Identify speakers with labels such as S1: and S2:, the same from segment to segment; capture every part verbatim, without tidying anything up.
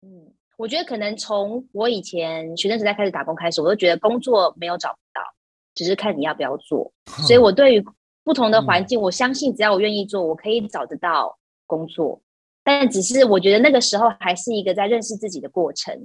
S1: 嗯，我觉得可能从我以前学生时代开始打工开始，我都觉得工作没有找不到，只是看你要不要做。所以我对于不同的环
S2: 嗯，
S1: 境，我相信只要我愿意做，我可以找得到工作。但只是我觉得那个时候还是一个在认识自己的过程。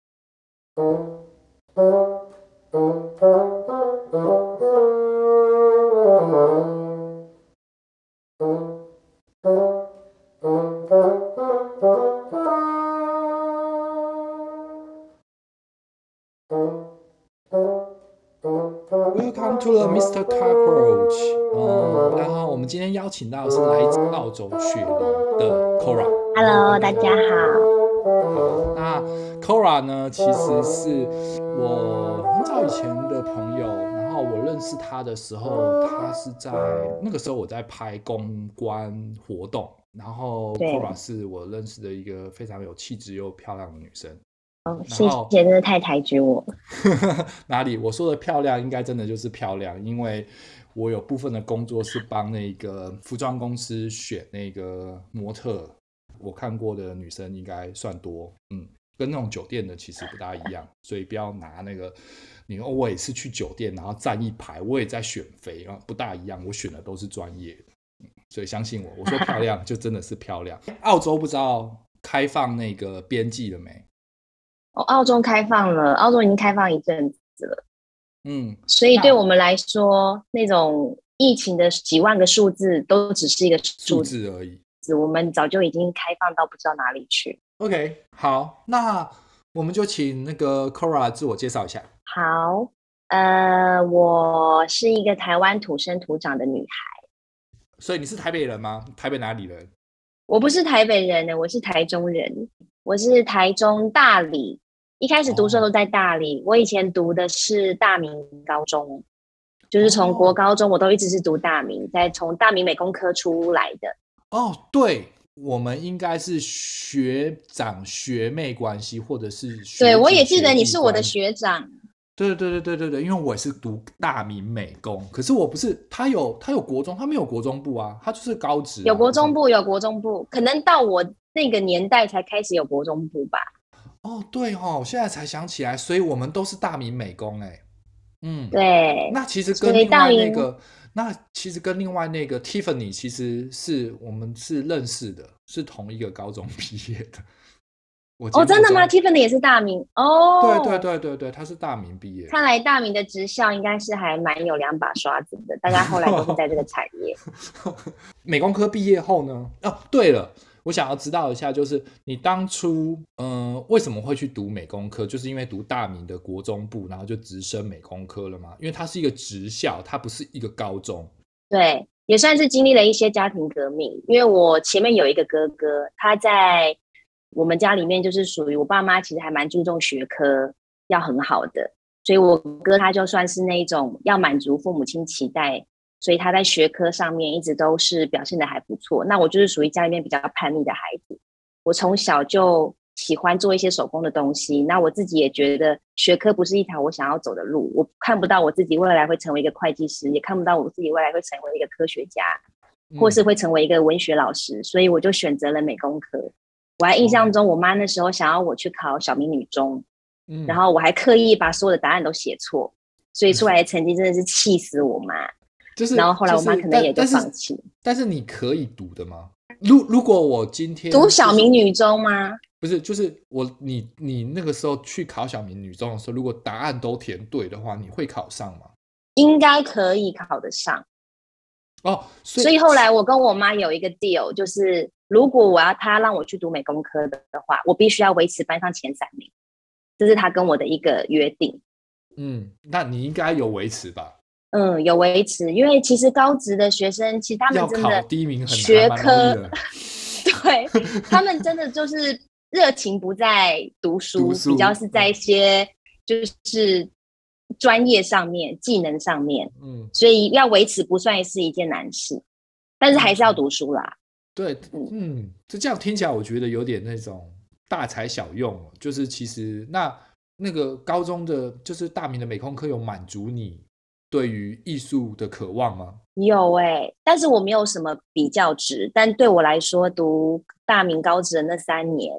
S2: Welcome to the Mister Cockroach。嗯，然后我们今天邀请到的是来自澳洲雪梨的 Cora。
S1: Hello，大家好。
S2: 好，那 Cora 呢，其实是我很早以前的朋友，然后我认识她的时候，她是在那个时候我在拍公关活动，然后 Cora
S1: 对，
S2: 是我认识的一个非常有气质又漂亮的女生。
S1: 哦，谢谢，
S2: 然后
S1: 真的太抬举我了。
S2: 哪里我说的漂亮，应该真的就是漂亮，因为我有部分的工作是帮那个服装公司选那个模特，我看过的女生应该算多，嗯，跟那种酒店的其实不大一样，所以不要拿那个，你说我也是去酒店，然后站一排，我也在选妃，然后不大一样，我选的都是专业的，所以相信我，我说漂亮就真的是漂亮。澳洲不知道开放那个边际了没？
S1: 哦，澳洲开放了，澳洲已经开放一阵子了，
S2: 嗯，
S1: 所以对
S2: 那
S1: 我们来说，那种疫情的几万个数字都只是一个
S2: 数
S1: 数
S2: 字而已。
S1: 字，我们早就已经开放到不知道哪里去。
S2: OK，好，那我们就请那个 Cora 自我介绍一下。
S1: 好，呃，我是一个台湾土生土长的女孩，
S2: 所以你是台北人吗？台北哪里人？
S1: 我不是台北人呢，我是台中人，我是台中大理。一开始读书都
S2: 哦
S1: 在大理，我以前读的是大明高中，就是从国
S2: 哦
S1: 高中我都一直是读大明，再从大明美工科出来的。
S2: 哦，对，我们应该是学长学妹关系，或者是
S1: 对，
S2: 学
S1: 我也记
S2: 姐学
S1: 得你是我的
S2: 弟关系。
S1: 学长。
S2: 对对对对对对，因为我也是读大明美工，可是我不是，他有他有国中，他没有国中部啊，他就是高职
S1: 有
S2: 啊，不是吗？
S1: 国中部，有国中部，可能到我那个年代才开始有国中部吧。
S2: 哦，对哦，我现在才想起来，所以我们都是大明美工哎。嗯，
S1: 对，
S2: 那其实
S1: 所以
S2: 跟另
S1: 大明
S2: 外那个，那其实跟另外那个 Tiffany 其实是我们是认识的，是同一个高中毕业的。我
S1: 哦，真的吗
S2: 节目中，
S1: ？Tiffany 也是大明
S2: 对对
S1: 哦。
S2: 对对对，他是大明毕业的。
S1: 看来大明的职校应该是还蛮有两把刷子的，大家后来都是在这个产业。
S2: 美工科毕业后呢？哦，对了，我想要知道一下，就是你当初嗯、呃为什么会去读美工科？就是因为读大明的国中部，然后就直升美工科了吗？因为它是一个职校，它不是一个高中。
S1: 对，也算是经历了一些家庭革命，因为我前面有一个哥哥，他在我们家里面就是属于我爸妈其实还蛮注重学科，要很好的，所以我哥他就算是那一种要满足父母亲期待，所以他在学科上面一直都是表现的还不错。那我就是属于家里面比较叛逆的孩子，我从小就喜欢做一些手工的东西。那我自己也觉得学科不是一条我想要走的路，我看不到我自己未来会成为一个会计师，也看不到我自己未来会成为一个科学家，或是
S2: 嗯，
S1: 会成为一个文学老师，所以我就选择了美工科。我还印象
S2: 哦，
S1: 中，我妈那时候想要我去考小明女中，然
S2: 嗯，
S1: 后我还刻意把所有的答案都写错，所以出来的成绩真的是气死我妈。
S2: 就是
S1: 然后后来我妈
S2: 就是，
S1: 可能也就
S2: 但但是
S1: 放弃。
S2: 但是你可以读的吗？如如果我今
S1: 读
S2: 天就是
S1: 小明女中吗？
S2: 不是就是我你你那个时候去考小明女中的时候，如果答案都填对的话，你会考上吗？
S1: 应该可以考得上。
S2: 哦，所以
S1: 所以后来我跟我妈有一个 deal，就是如果我要她让我去读美工科的话，我必须要维持班上前三名，这是她跟我的一个约定。
S2: 嗯，那你应该有维持吧？
S1: 嗯，有维持，因为其实高职的学生，其实他们
S2: 要考
S1: 真的
S2: 第一名很难，还蛮容易
S1: 学科，
S2: 的。
S1: 对，他们真的就是热情不在读书，比较
S2: 读书，
S1: 是在一
S2: 嗯
S1: 些就是专业上面、技能上面，
S2: 嗯
S1: 所以要维持不算是一件难事，但是还是要
S2: ，OK，
S1: 读书啦。
S2: 对，
S1: 嗯，
S2: 嗯，这这样听起来，我觉得有点那种大材小用哦。就是其实那那个高中的，就是大明的美工科有满足你对于艺术的渴望吗？
S1: 有哎、欸，但是我没有什么比较值，但对我来说，读大明高职的那三年，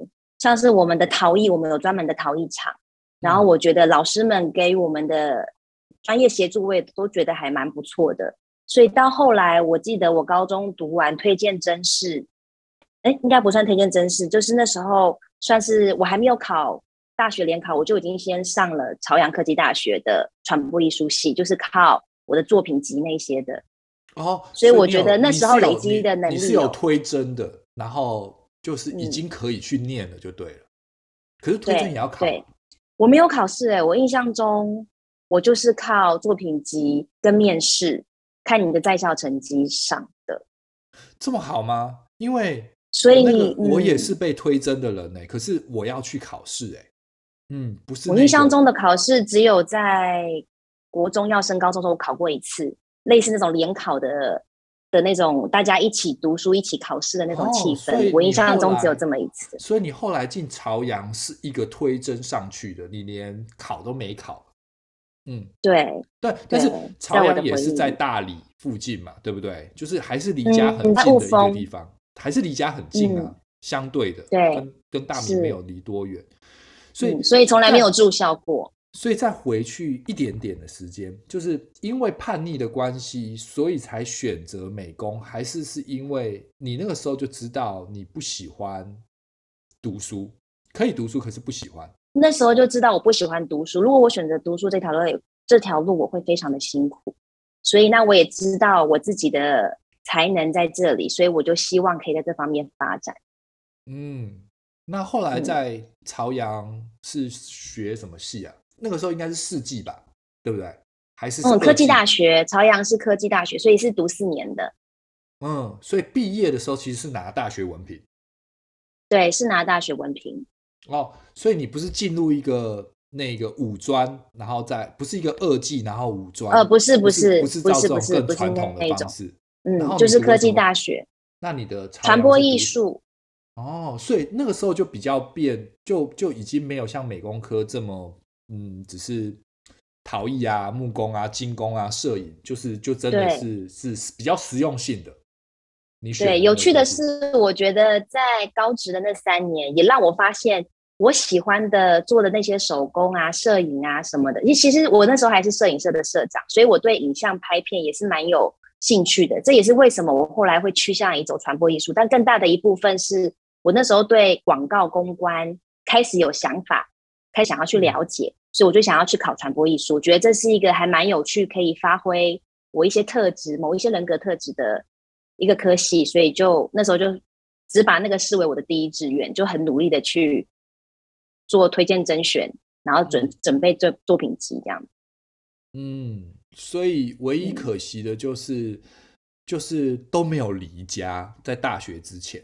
S1: 像是我们的陶艺，我们有专门的陶艺场，然后我觉得老师们给予我们的专业协助，我也都觉得还蛮不错的。所以到后来，我记得我高中读完推荐甄试，哎，应该不算推荐甄试，就是那时候算是我还没有考大学联考，我就已经先上了朝阳科技大学的传播艺术系，就是靠我的作品集那些的。
S2: 哦，
S1: 所以我觉得那时候累积的能力
S2: 你是有推甄的，然后就是已经可以去念了就对了。嗯、可是推甄也要考、啊？
S1: 对，我没有考试哎、欸，我印象中我就是靠作品集跟面试，看你的在校成绩上的。
S2: 这么好吗？因为
S1: 所以、
S2: 那个
S1: 嗯、
S2: 我也是被推甄的人哎、欸，可是我要去考试哎、欸，嗯，不是、那个。
S1: 我印象中的考试只有在国中要升高中的时候我考过一次，类似那种联考的的那种大家一起读书一起考试的那种气氛、哦、我印象中只有这么一次。
S2: 所以你后来进朝阳是一个推甄上去的，你连考都没考。嗯，
S1: 对
S2: 对，但是朝阳也是在大理附近嘛，对不对？就是还是离家很近的一个地方，嗯、还是离家很近啊，嗯、相对的，
S1: 对，
S2: 跟跟大明没有离多远，所以、
S1: 嗯、所以从来没有住校过。
S2: 所以再回去一点点的时间，就是因为叛逆的关系，所以才选择美工，还是是因为你那个时候就知道你不喜欢读书，可以读书，可是不喜欢。
S1: 那时候就知道我不喜欢读书，如果我选择读书这条路，这条路我会非常的辛苦，所以那我也知道我自己的才能在这里，所以我就希望可以在这方面发展。
S2: 嗯，那后来在朝阳是学什么系啊？那个时候应该是四季吧，对不对？还是是
S1: 嗯，科技大学，朝阳是科技大学，所以是读四年的。
S2: 嗯，所以毕业的时候其实是拿大学文凭。
S1: 对，是拿大学文凭。
S2: 哦，所以你不是进入一个那个五专，然后再不是一个二技，然后五专。
S1: 呃，不是不是
S2: 不是照这种更传统的方式。
S1: 嗯，就是科技大学。
S2: 那你的
S1: 传播艺术。
S2: 哦，所以那个时候就比较变，就就已经没有像美工科这么嗯，只是陶艺啊、木工啊、金工啊、摄影，就是就真的是是比较实用性的。你选的
S1: 对，有趣的是，我觉得在高职的那三年，也让我发现我喜欢的做的那些手工啊、摄影啊什么的。其实我那时候还是摄影社的社长，所以我对影像拍片也是蛮有兴趣的。这也是为什么我后来会趋向于走传播艺术，但更大的一部分是我那时候对广告公关开始有想法，开始想要去了解，所以我就想要去考传播艺术。我觉得这是一个还蛮有趣，可以发挥我一些特质、某一些人格特质的一个科系，所以就那时候就只把那个视为我的第一志愿，就很努力的去做推荐甄选，然后准、嗯、准备做作品集这样。
S2: 嗯，所以唯一可惜的就是、嗯、就是都没有离家，在大学之前。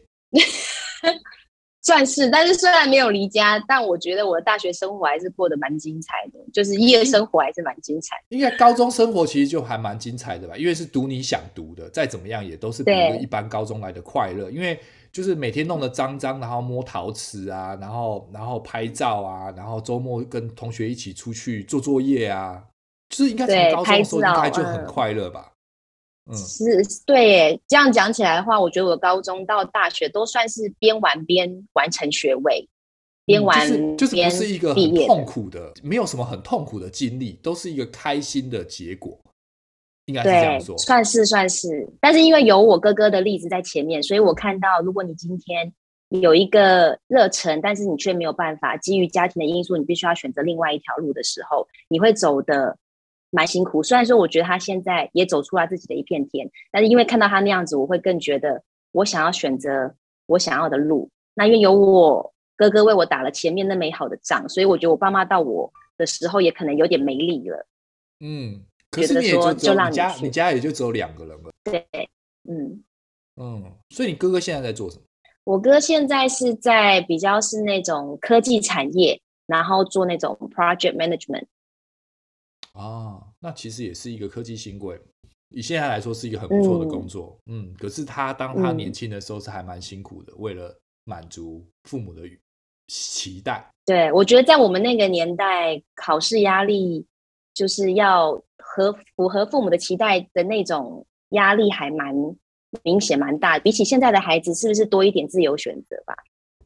S1: 算是，但是虽然没有离家，但我觉得我的大学生活还是过得蛮精彩的，就是夜生活还是蛮精彩的。
S2: 应该高中生活其实就还蛮精彩的吧，因为是读你想读的，再怎么样也都是比一个一般高中来的快乐。因为就是每天弄得脏脏，然后摸陶瓷啊，然后然后拍照啊，然后周末跟同学一起出去做作业啊，就是应该从高中的时候应该就很快乐吧。
S1: 嗯，是，对耶，这样讲起来的话，我觉得我高中到大学都算是边玩边完成学位，边玩、
S2: 嗯、就是就是不是一个很痛苦的，没有什么很痛苦的经历，都是一个开心的结果，应该是这样说。
S1: 算是算是，但是因为有我哥哥的例子在前面，所以我看到，如果你今天有一个热忱，但是你却没有办法，基于家庭的因素，你必须要选择另外一条路的时候，你会走的蛮辛苦。虽然说我觉得他现在也走出了自己的一片天，但是因为看到他那样子，我会更觉得我想要选择我想要的路。那因为有我哥哥为我打了前面那美好的仗，所以我觉得我爸妈到我的时候也可能有点没力了。
S2: 嗯，可是你也就只有你家，你家也就只有两个人了。
S1: 对，嗯
S2: 嗯，所以你哥哥现在在做什么？
S1: 我哥现在是在比较是那种科技产业，然后做那种 project management。
S2: 啊，那其实也是一个科技新贵，以现在来说是一个很不错的工作。嗯, 嗯，可是他当他年轻的时候是还蛮辛苦的，嗯、为了满足父母的期待。
S1: 对，我觉得在我们那个年代，考试压力就是要合符合父母的期待的那种压力还蛮明显蛮大的，比起现在的孩子是不是多一点自由选择吧？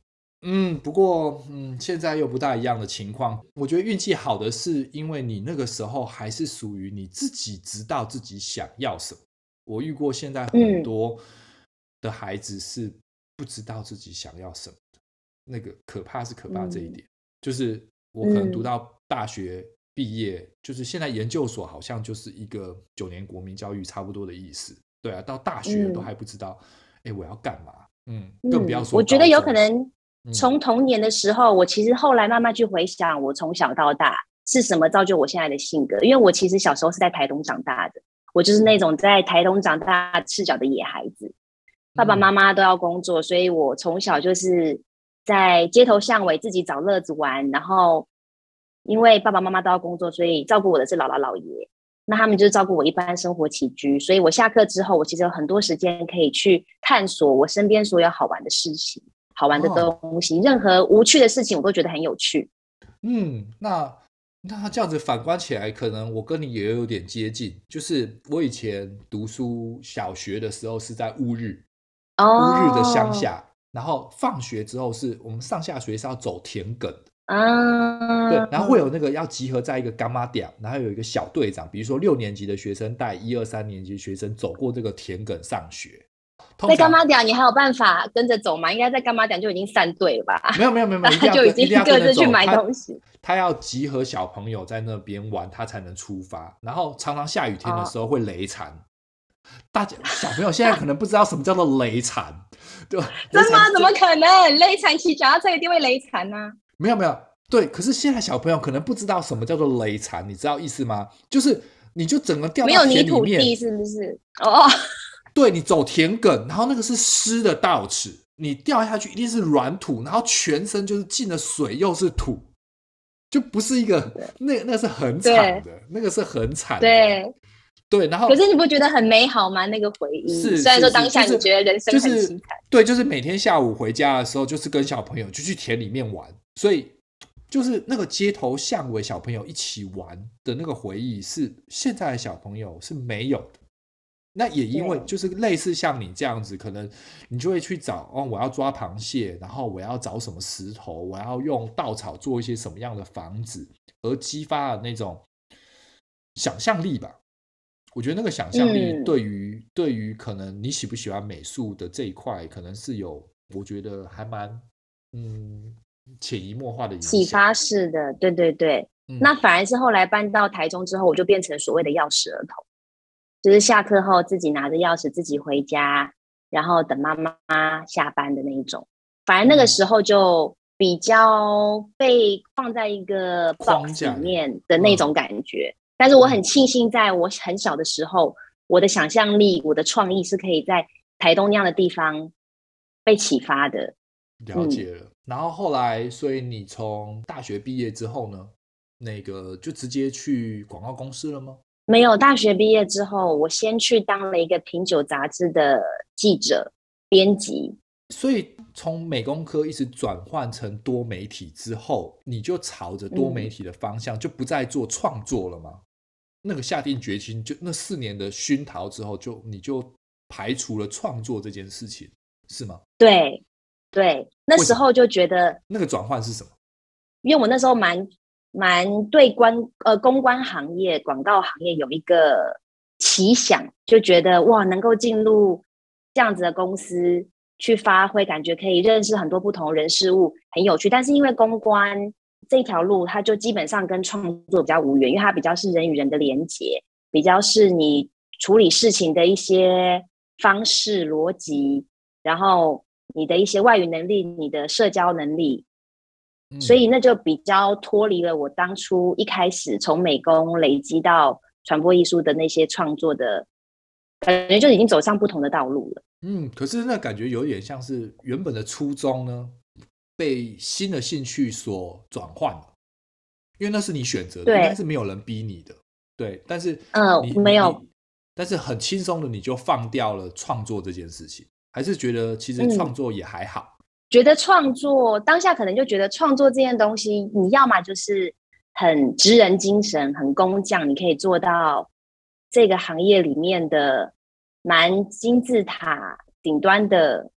S2: 嗯，不过嗯，现在又不大一样的情况。我觉得运气好的是，因为你那个时候还是属于你自己知道自己想要什么。我遇过现在很
S1: 嗯
S2: 多的孩子是不知道自己想要什么的，那个可怕是可怕这一
S1: 嗯
S2: 点。就是我可能读
S1: 嗯
S2: 到大学毕业，就是现在研究所好像就是一个九年国民教育差不多的意思。对啊，到大学都
S1: 嗯
S2: 还不知道，哎，我要干嘛？嗯，更不要
S1: 嗯，
S2: 说
S1: 我觉得有可
S2: 高中。
S1: 能
S2: 嗯
S1: 从童年的时候，我其实后来慢慢去回想，我从小到大是什么造就我现在的性格。因为我其实小时候是在台东长大的，我就是那种在台东长大赤脚的野孩子，爸爸妈
S2: 嗯
S1: 妈都要工作，所以我从小就是在街头巷尾自己找乐子玩。然后因为爸爸妈妈都要工作，所以照顾我的是姥姥姥爷，那他们就是照顾我一般生活起居。所以我下课之后，我其实有很多时间可以去探索我身边所有好玩的事情、好玩的
S2: 哦，
S1: 东西，任何无趣的事情我都觉得很有趣。
S2: 嗯，那那这样子反观起来，可能我跟你也有点接近。就是我以前读书，小学的时候是在乌日，乌日的乡
S1: 哦，
S2: 下，然后放学之后是我们上下学是要走田埂的。对，然后会有
S1: 嗯，
S2: 那个要集合在一个干妈点，然后有一个小队长，比如说六年级的学生带一二三年级的学生走过这个田埂上学。通
S1: 在干
S2: 常
S1: 妈点你还有办法跟着走吗？应该在干妈点就已经散队了吧？
S2: 没有没有没有没有，一定
S1: 大家就已
S2: 要跟一定要跟
S1: 经各
S2: 着走。
S1: 自去买
S2: 他
S1: 东西。
S2: 他要集合小朋友在那边玩，他才能出发。然后常常下雨天的
S1: 哦，
S2: 时候会雷惨，大家小朋友现在可能不知道什么叫做雷惨，对吧？雷
S1: 真吗？怎么
S2: 惨这
S1: 可能？累残骑脚踏车一定会累残啊！
S2: 没有没有对，可是现在小朋友可能不知道什么叫做雷惨，你知道意思吗？就是你就整个掉到
S1: 没有泥
S2: 田里面，
S1: 土地是不是？哦，
S2: 对你走田埂，然后那个是湿的稻齿，你掉下去一定是软土，然后全身就是进了水又是土，就不是一个那那是很惨
S1: 对
S2: 的，那个是很惨的。
S1: 对。
S2: 对，然后
S1: 可是你不觉得很美好吗？那个回忆，虽然
S2: 是是是，
S1: 说当下
S2: 就是
S1: 你觉得人生
S2: 就是
S1: 很凄惨。
S2: 对，就是每天下午回家的时候，就是跟小朋友就去田里面玩，所以就是那个街头巷尾小朋友一起玩的那个回忆，是现在的小朋友是没有的。那也因为
S1: 对，
S2: 就是类似像你这样子，可能你就会去找哦，我要抓螃蟹，然后我要找什么石头，我要用稻草做一些什么样的房子，而激发了那种想象力吧。我觉得那个想象力
S1: 嗯，
S2: 对于对于可能你喜不喜欢美术的这一块，可能是有我觉得还蛮嗯潜移默化的影响。
S1: 启发式的，对对对。
S2: 嗯
S1: 那反而是后来搬到台中之后，我就变成所谓的钥匙儿童，就是下课后自己拿着钥匙自己回家，然后等妈妈下班的那一种。反而那个
S2: 嗯，
S1: 时候就比较被放在一个
S2: 框
S1: box 里
S2: 架里，
S1: 面的那
S2: 嗯
S1: 种感觉。但是我很
S2: 嗯
S1: 庆幸，在我很小的时候，我的想象力、我的创意是可以在台东那样的地方被启发的。嗯，
S2: 了解了。然后后来，所以你从大学毕业之后呢，那个就直接去广告公司了吗？
S1: 没有，大学毕业之后，我先去当了一个品酒杂志的记者、编辑。
S2: 所以从美工科一直转换成多媒体之后，你就朝着多媒
S1: 嗯，
S2: 体的方向，就不再做创作了吗？那个下定决心，就那四年的熏陶之后，就你就排除了创作这件事情，是吗？
S1: 对对，那
S2: 为什么？
S1: 时候就觉得，
S2: 那个转换是什么？
S1: 因为我那时候蛮蛮对关呃公关行业、广告行业有一个奇想，就觉得哇，能够进入这样子的公司去发挥，感觉可以认识很多不同人事物，很有趣。但是因为公关这条路，它就基本上跟创作比较无缘，因为它比较是人与人的连接，比较是你处理事情的一些方式、逻辑，然后你的一些外语能力、你的社交能力。所
S2: 嗯
S1: 以那就比较脱离了我当初一开始从美工累积到传播艺术的那些创作的感觉，就已经走上不同的道路了。
S2: 嗯，可是那感觉有点像是原本的初衷呢，被新的兴趣所转换了，因为那是你选择的，应该
S1: 对，
S2: 是没有人逼你的，对。但是
S1: 嗯、
S2: 你
S1: 没有，
S2: 你你，但是很轻松的你就放掉了创作这件事情，还是觉得其实创
S1: 嗯，
S2: 作也还好。
S1: 觉得创作当下可能就觉得创作这件东西，你要么就是很职人精神，很工匠，你可以做到这个行业里面的蛮金字塔顶端的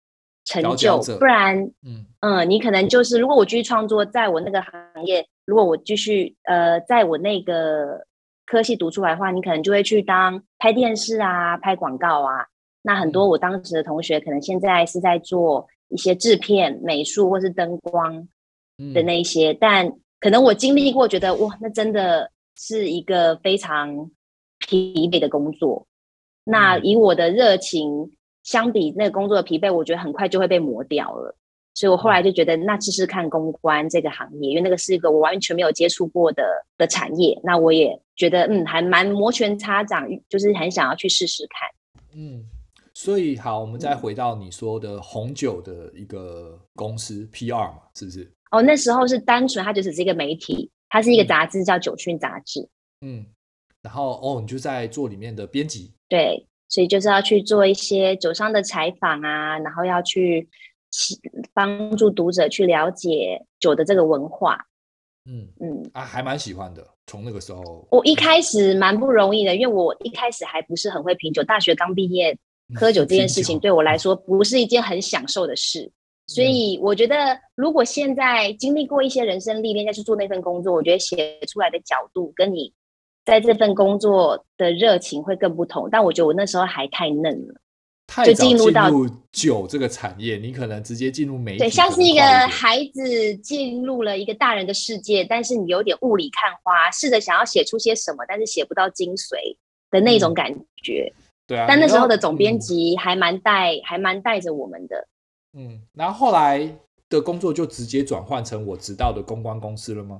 S1: 成就，不然，嗯嗯、呃，你可能就是如果我继续创作，在我那个行业，如果我继续呃，在我那个科系读出来的话，你可能就会去当拍电视啊、拍广告啊。那很多我当时的同学，可能现在是在做一些制片、美术或是灯光的那一些，嗯、但可能我经历过，觉得哇，那真的是一个非常疲惫的工作。那以我的热情，相比那个工作的疲惫，我觉得很快就会被磨掉了。所以我后来就觉得，那试试看公关这个行业，因为那个是一个我完全没有接触过的的产业。那我也觉得，嗯，还蛮摩拳擦掌，就是很想要去试试看。
S2: 嗯，所以好，我们再回到你说的红酒的一个公司 P R 嘛，是不是？
S1: 哦，那时候是单纯，它就只是一个媒体，它是一个杂志，叫《酒讯杂志》。
S2: 嗯，然后哦，你就在做里面的编辑。
S1: 对，所以就是要去做一些酒商的采访啊，然后要去帮助读者去了解酒的这个文化。
S2: 嗯嗯啊，还蛮喜欢的。从那个时候，
S1: 我一开始蛮不容易的，因为我一开始还不是很会品酒，大学刚毕业，喝酒这件事情对我来说不是一件很享受的事。所以我觉得，如果现在经历过一些人生历练再去做那份工作，我觉得写出来的角度跟你在这份工作的热情会更不同。但我觉得我那时候还太嫩了，
S2: 太早进入到酒这个产业，你可能直接进入媒体，
S1: 对，像是一个孩子进入了一个大人的世界，但是你有点雾里看花，试着想要写出些什么，但是写不到精髓的那种感觉。嗯、
S2: 对啊，
S1: 但那时候的总编辑还蛮带，嗯、还蛮带着我们的。
S2: 嗯，然后后来的工作就直接转换成我知道的公关公司了吗？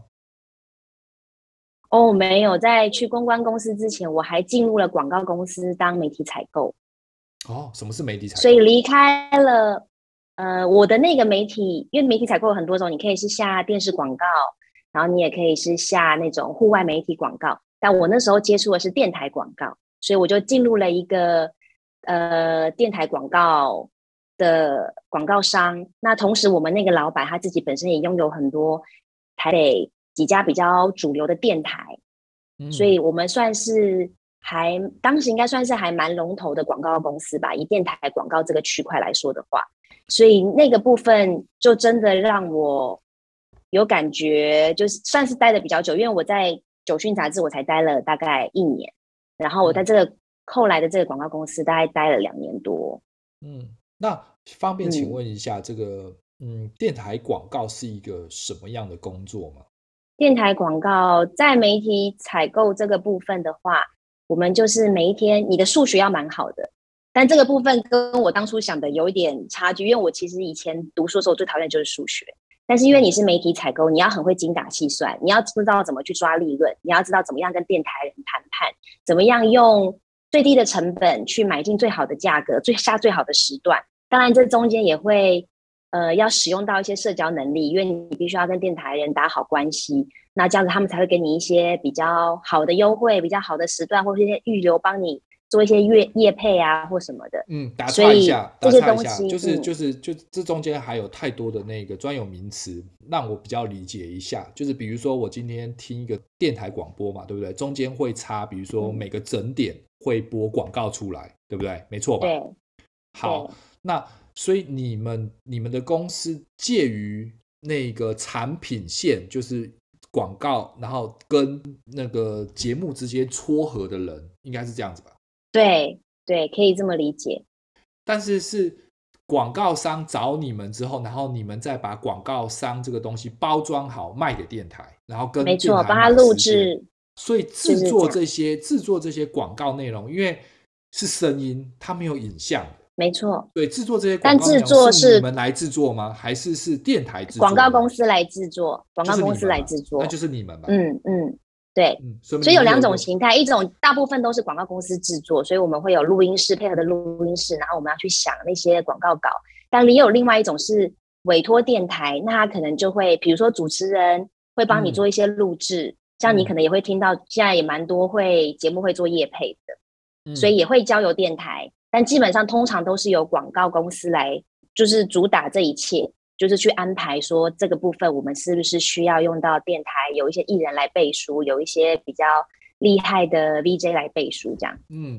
S1: 哦，没有，在去公关公司之前，我还进入了广告公司当媒体采购。
S2: 哦，什么是媒体采购？
S1: 所以离开了呃我的那个媒体，因为媒体采购有很多种，你可以是下电视广告，然后你也可以是下那种户外媒体广告。但我那时候接触的是电台广告，所以我就进入了一个呃电台广告的广告商。那同时我们那个老板他自己本身也拥有很多台北几家比较主流的电台，嗯、所以我们算是还当时应该算是还蛮龙头的广告公司吧，以电台广告这个区块来说的话，所以那个部分就真的让我有感觉，就是算是待的比较久，因为我在酒讯杂志我才待了大概一年，然后我在这个、嗯、后来的这个广告公司大概待了两年多。
S2: 嗯，那方便请问一下，嗯、这个嗯电台广告是一个什么样的工作吗？
S1: 电台广告在媒体采购这个部分的话，我们就是每一天，你的数学要蛮好的，但这个部分跟我当初想的有一点差距，因为我其实以前读书的时候最讨厌就是数学，但是因为你是媒体采购，你要很会精打细算，你要知道怎么去抓利润，你要知道怎么样跟电台人谈判，怎么样用最低的成本去买进最好的价格，最下最好的时段。当然，这中间也会呃要使用到一些社交能力，因为你必须要跟电台人打好关系。那这样子他们才会给你一些比较好的优惠，比较好的时段，或是一些预留帮你做一些业业配啊或什么的。
S2: 嗯，打岔一下，
S1: 这些东西
S2: 就是、嗯、就是就这中间还有太多的那个专有名词，让我比较理解一下。就是比如说我今天听一个电台广播嘛，对不对？中间会插，比如说每个整点会播广告出来，对不对？没错吧？
S1: 对。
S2: 好，那所以你们你们的公司介于那个产品线，就是广告，然后跟那个节目之间撮合的人，应该是这样子吧？
S1: 对对，可以这么理解。
S2: 但是是广告商找你们之后，然后你们再把广告商这个东西包装好卖给电台，然后跟电台
S1: 没错，帮他录制。
S2: 所以制作这些制作这些广告内容，因为是声音，它没有影像。
S1: 没错，
S2: 对，制作这些广告内容是你们来制作吗？还是是电台制作？
S1: 广告公司来制作，广告公司来制作，
S2: 那就是你们吧。
S1: 嗯嗯，对、嗯，所以有两种形态，一种大部分都是广告公司制作，所以我们会有录音室配合的录音室，然后我们要去想那些广告稿。但也有另外一种是委托电台，那他可能就会，比如说主持人会帮你做一些录制，嗯、像你可能也会听到，现在也蛮多会节目会做业配的，嗯、所以也会交由电台。但基本上通常都是由广告公司来就是主打这一切，就是去安排说这个部分我们是不是需要用到电台有一些艺人来背书，有一些比较厉害的 V J 来背书这样。
S2: 嗯，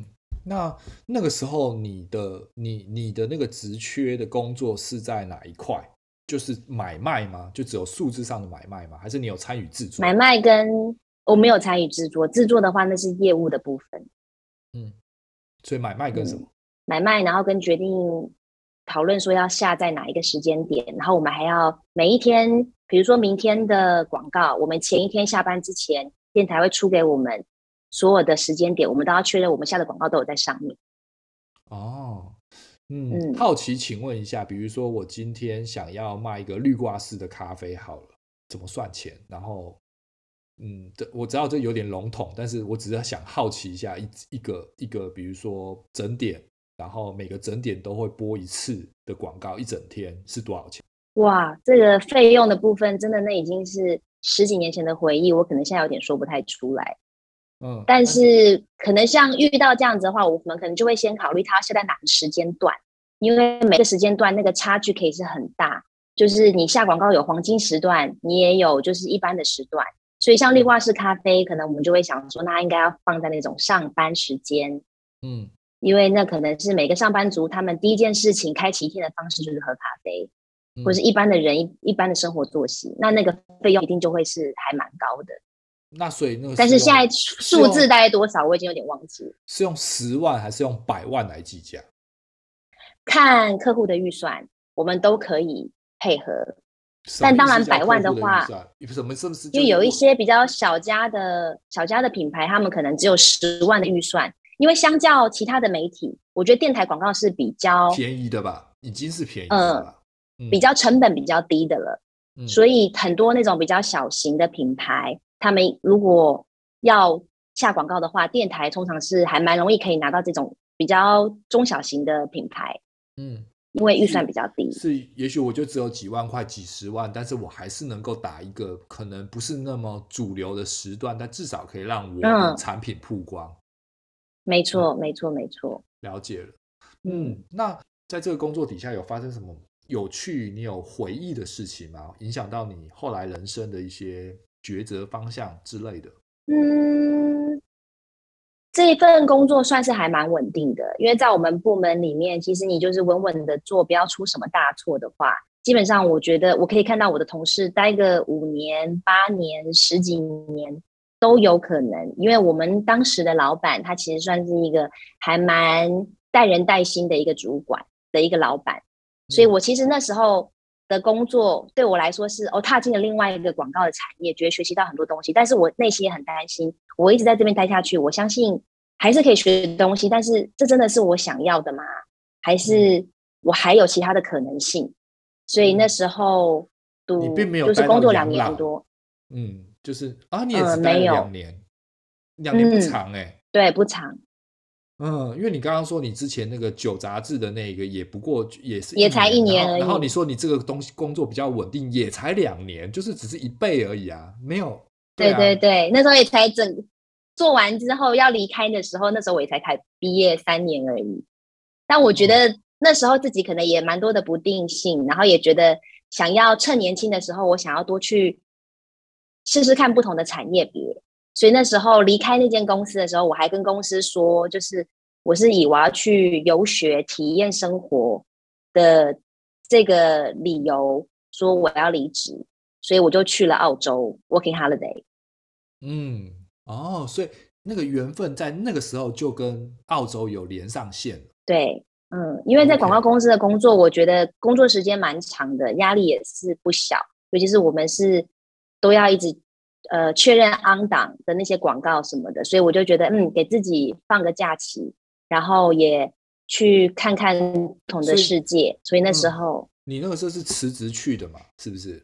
S2: 那那个时候你的你你的那个职缺的工作是在哪一块？就是买卖吗？就只有数字上的买卖吗？还是你有参与制作？
S1: 买卖跟我没有参与制作，制作的话那是业务的部分。
S2: 嗯，所以买卖跟什么？
S1: 嗯，买卖，然后跟决定讨论说要下在哪一个时间点，然后我们还要每一天，比如说明天的广告，我们前一天下班之前，电台会出给我们所有的时间点，我们都要确认我们下的广告都有在上面。
S2: 哦，嗯，
S1: 嗯，
S2: 好奇，请问一下，比如说我今天想要卖一个绿挂式的咖啡，好了，怎么算钱？然后，嗯，这我知道这有点笼统，但是我只是想好奇一下，一一个一个，比如说整点，然后每个整点都会播一次的广告，一整天是多少钱？
S1: 哇，这个费用的部分真的那已经是十几年前的回忆，我可能现在有点说不太出来。
S2: 嗯，
S1: 但
S2: 但是
S1: 是可能像遇到这样子的话，我们可能就会先考虑它是在哪个时间段，因为每个时间段那个差距可以是很大。就是你下广告有黄金时段，你也有就是一般的时段。所以像绿挂式咖啡，可能我们就会想说，那应该要放在那种上班时间，
S2: 嗯
S1: 因为那可能是每个上班族他们第一件事情开启一天的方式就是喝咖啡，或
S2: 嗯，
S1: 是一般的人一一般的生活作息，那那个费用一定就会是还蛮高的。
S2: 那所以那个是用
S1: 但是现在数字
S2: 是用
S1: 大概多少，我已经有点忘记了。
S2: 是用十万还是用百万来计价？
S1: 看客户的预算，我们都可以配合。
S2: 什么意
S1: 但当
S2: 思叫客
S1: 然百万的话，
S2: 户的预算？什么是不是
S1: 因为有一
S2: 就是我
S1: 些比较小家的小家的品牌，他们可能只有十万的预算。因为相较其他的媒体，我觉得电台广告是比较
S2: 便宜的吧？已经是便宜的了
S1: 呃
S2: 吧？嗯
S1: 比较成本比较低的了。
S2: 嗯
S1: 所以很多那种比较小型的品牌，他们如果要下广告的话，电台通常是还蛮容易可以拿到这种比较中小型的品牌，
S2: 嗯，
S1: 因为预算
S2: 是
S1: 比较低。
S2: 是，也许我就只有几万块、几十万，但是我还是能够打一个可能不是那么主流的时段，但至少可以让我的
S1: 嗯，
S2: 产品曝光。
S1: 没
S2: 嗯，
S1: 错，没错，没错。
S2: 了解了。
S1: 嗯。
S2: 嗯，那在这个工作底下有发生什么有趣、你有回忆的事情吗？影响到你后来人生的一些抉择方向之类的？
S1: 嗯，这一份工作算是还蛮稳定的，因为在我们部门里面，其实你就是稳稳的做，不要出什么大错的话，基本上我觉得我可以看到我的同事待个五年、八年、十几年都有可能。因为我们当时的老板他其实算是一个还蛮带人带心的一个主管的一个老板，所以
S2: 嗯
S1: 我其实那时候的工作对我来说是哦，踏进了另外一个广告的产业，觉得学习到很多东西，但是我内心也很担心，我一直在这边待下去，我相信还是可以学东西，但是这真的是我想要的吗？还
S2: 嗯
S1: 是我还有其他的可能性？所以那
S2: 嗯，
S1: 时候
S2: 你并没有
S1: 读就是
S2: 待到
S1: 工作两
S2: 养老。
S1: 年多。
S2: 嗯，就是啊，你也只
S1: 嗯，
S2: 待了
S1: 没有。
S2: 两年，两年不
S1: 嗯，
S2: 长哎、
S1: 对，不长，
S2: 嗯，因为你刚刚说你之前那个酒杂志的那个也不过也是一
S1: 也才一
S2: 年，然
S1: 年而已。
S2: 后然后你说你这个东西工作比较稳定，也才两年，就是只是一倍而已啊，没有，对
S1: 对对
S2: 啊，
S1: 对，那时候也才整做完之后要离开的时候，那时候我也才开毕业三年而已。但我觉
S2: 嗯
S1: 得那时候自己可能也蛮多的不定性，然后也觉得想要趁年轻的时候，我想要多去试试看不同的产业别。所以那时候离开那间公司的时候，我还跟公司说，就是我是以我要去游学、体验生活的这个理由，说我要离职，所以我就去了澳洲 working holiday。
S2: 嗯，哦，所以那个缘分在那个时候就跟澳洲有连上线了
S1: 对，嗯，因为在广告
S2: ，OK，
S1: 公司的工作，我觉得工作时间蛮长的，压力也是不小，尤其是我们是都要一直呃确认 on 档的那些广告什么的，所以我就觉得，嗯，给自己放个假期，然后也去看看不同的
S2: 所以
S1: 世界，所以那时
S2: 嗯，
S1: 候
S2: 你那个时候是辞职去的嘛，是不是？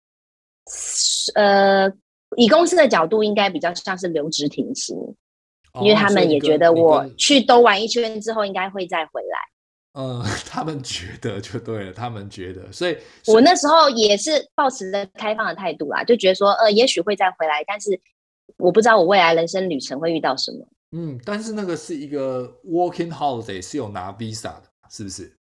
S1: 呃，以公司的角度，应该比较像是留职停薪，因为
S2: 哦，
S1: 他们也觉
S2: 所以你跟
S1: 得我
S2: 你跟
S1: 去兜完一圈之后，应该会再回来。
S2: 嗯，他们觉得就对了，他们觉得，所以所以
S1: 我那时候也是抱持着开放的态度啦，就觉得说，呃，也许会再回来，但是我不知道我未来人生旅程会遇到什么。
S2: 嗯，但是那个是一个 working holiday，是有拿 visa 的，是不是？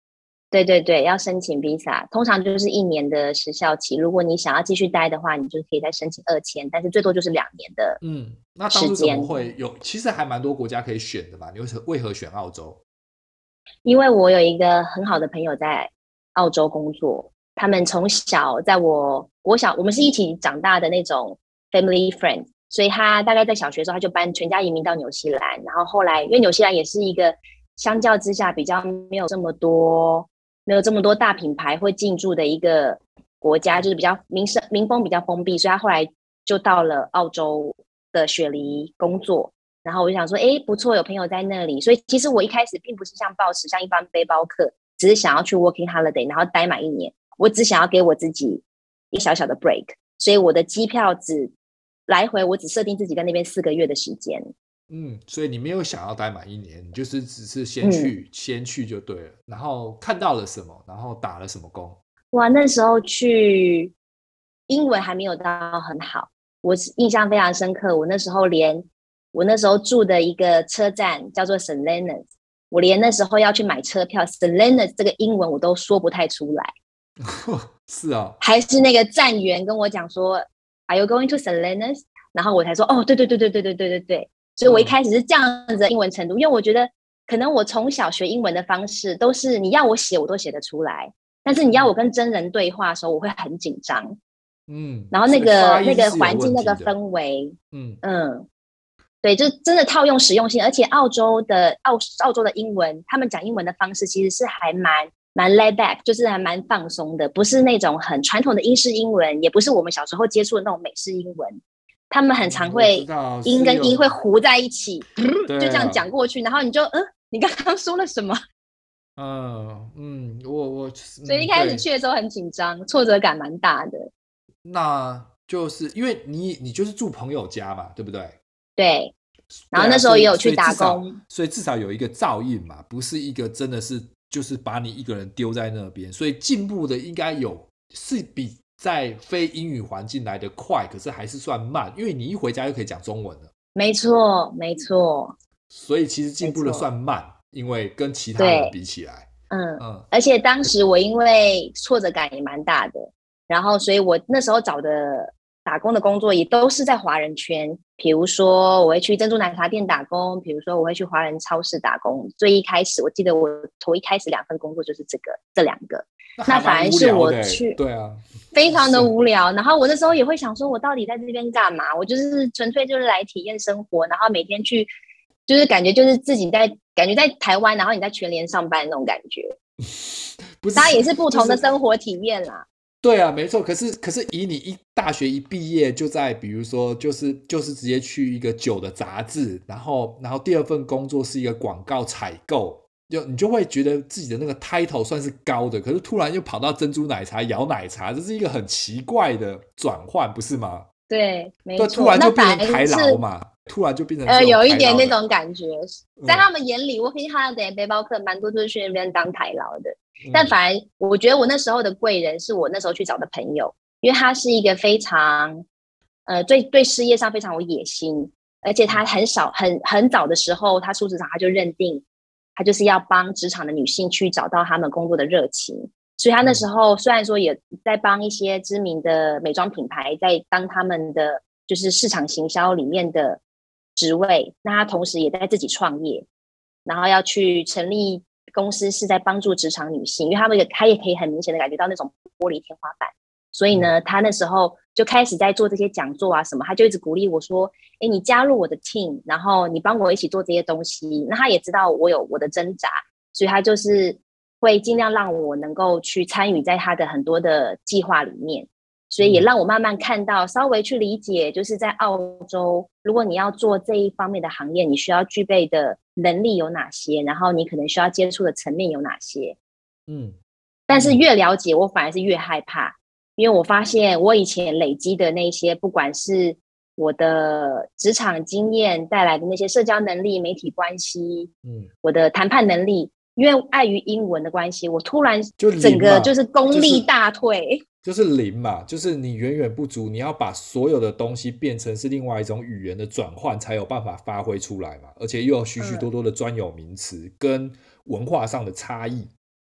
S1: 对对对，要申请 visa，通常就是一年的时效期。如果你想要继续待的话，你就可以再申请二签，但是最多就是两年的
S2: 嗯，那当初怎么
S1: 时间。
S2: 会有？其实还蛮多国家可以选的嘛，你为何为何选澳洲？
S1: 因为我有一个很好的朋友在澳洲工作，他们从小在我国小，我们是一起长大的那种 family friend，所以他大概在小学的时候他就搬全家移民到纽西兰，然后后来因为纽西兰也是一个相较之下比较没有这么多没有这么多大品牌会进驻的一个国家，就是比较民生民风比较封闭，所以他后来就到了澳洲的雪梨工作。然后我就想说，哎，不错，有朋友在那里，所以其实我一开始并不是像报时像一般背包客，只是想要去 working holiday，然后待满一年，我只想要给我自己一小小的 break，所以我的机票只来回我只设定自己在那边四个月的时间。
S2: 嗯，所以你没有想要待满一年，你就是只是先去、嗯、先去就对了，然后看到了什么，然后打了什么工。
S1: 哇，那时候去英文还没有到很好，我印象非常深刻，我那时候连我那时候住的一个车站叫做 Saint Leonards， 我连那时候要去买车票 Saint Leonards 这个英文我都说不太出来。
S2: 是啊，
S1: 还是那个站员跟我讲说 Are you going to Saint Leonards？ 然后我才说哦，对对对对对对对对对。所以我一开始是这样子的英文程度，因为我觉得可能我从小学英文的方式都是你要我写我都写得出来，但是你要我跟真人对话的时候我会很紧张。
S2: 嗯，
S1: 然后那个那个环境那个氛围，嗯嗯，对，就真的套用实用性，而且澳洲的澳澳洲的英文，他们讲英文的方式其实是还蛮蛮 laid back， 就是还蛮放松的，不是那种很传统的英式英文，也不是我们小时候接触的那种美式英文。他们很常会音跟音会糊在一起，就这样讲过去，然后你就嗯，你刚刚说了什么？
S2: 嗯嗯，我我、嗯、
S1: 所以一开始去的时候很紧张，挫折感蛮大的。
S2: 那就是因为你你就是住朋友家嘛，对不对？
S1: 对。然后那时候也有去打工，
S2: 所以, 所以至少有一个照应嘛，不是一个真的是就是把你一个人丢在那边，所以进步的应该有是比在非英语环境来得快，可是还是算慢，因为你一回家就可以讲中文了。
S1: 没错没错，
S2: 所以其实进步的算慢，因为跟其他人比起来，
S1: 嗯嗯，而且当时我因为挫折感也蛮大的，然后所以我那时候找的打工的工作也都是在华人圈，比如说我会去珍珠奶茶店打工，比如说我会去华人超市打工。最一开始我记得我头一开始两份工作就是这个这两个，那反而是我去，
S2: 对啊，
S1: 非常的无聊。然后我那时候也会想说，我到底在这边干嘛？我就是纯粹就是来体验生活，然后每天去，就是感觉就是自己在感觉在台湾，然后你在全联上班那种感觉。不是，当然也是不同的生活体验啦。
S2: 对啊，没错。可是，可是以你一大学一毕业就在，比如说，就是就是直接去一个酒的杂志，然后，然后第二份工作是一个广告采购，就你就会觉得自己的那个 title 算是高的，可是突然又跑到珍珠奶茶摇奶茶，这是一个很奇怪的转换，不是吗？
S1: 对，没错。
S2: 突然就变成台劳嘛，突然就变成
S1: 呃有一点那种感觉，在他们眼里，我可以他的背包客蛮多都是去那边当台劳的。但反而我觉得我那时候的贵人是我那时候去找的朋友，因为他是一个非常呃对对事业上非常有野心，而且他很少很很早的时候他出职场他就认定他就是要帮职场的女性去找到他们工作的热情，所以他那时候虽然说也在帮一些知名的美妆品牌在当他们的就是市场行销里面的职位，那他同时也在自己创业，然后要去成立公司是在帮助职场女性，因为他们也他也可以很明显的感觉到那种玻璃天花板，所以呢他那时候就开始在做这些讲座啊什么，他就一直鼓励我说，诶，你加入我的 team， 然后你帮我一起做这些东西。那他也知道我有我的挣扎，所以他就是会尽量让我能够去参与在他的很多的计划里面，所以也让我慢慢看到稍微去理解，就是在澳洲如果你要做这一方面的行业，你需要具备的能力有哪些，然后你可能需要接触的层面有哪些。嗯，但是越了解我反而是越害怕，因为我发现我以前累积的那些不管是我的职场经验带来的那些社交能力、媒体关系，嗯，我的谈判能力，因为碍于英文的关系，我突然整个就是功力大退，
S2: 就是就是零嘛，就是你远远不足，你要把所有的东西变成是另外一种语言的转换，才有办法发挥出来嘛，而且又有许许多多的专有名词跟文化上的差异。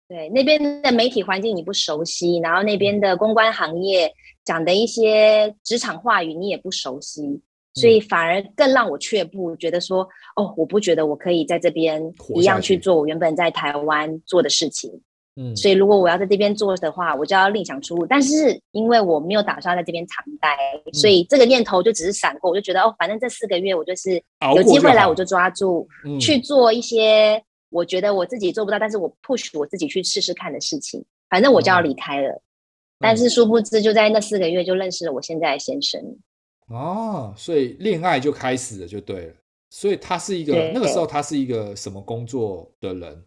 S1: 对，那边的媒体环境你不熟悉，然后那边的公关行业讲的一些职场话语你也不熟悉，所以反而更让我却步，觉得说，哦，我不觉得我可以在这边一样去做我原本在台湾做的事情。嗯，所以如果我要在这边做的话，我就要另想出路。但是因为我没有打算在这边长待，嗯、所以这个念头就只是闪过，我就觉得哦，反正这四个月我就是有机会来我就抓住，嗯、去做一些我觉得我自己做不到，但是我 push 我自己去试试看的事情。反正我就要离开了，嗯、但是殊不知就在那四个月就认识了我现在的先生。
S2: 哦，所以恋爱就开始了，就对了。所以他是一个那个时候他是一个什么工作的人？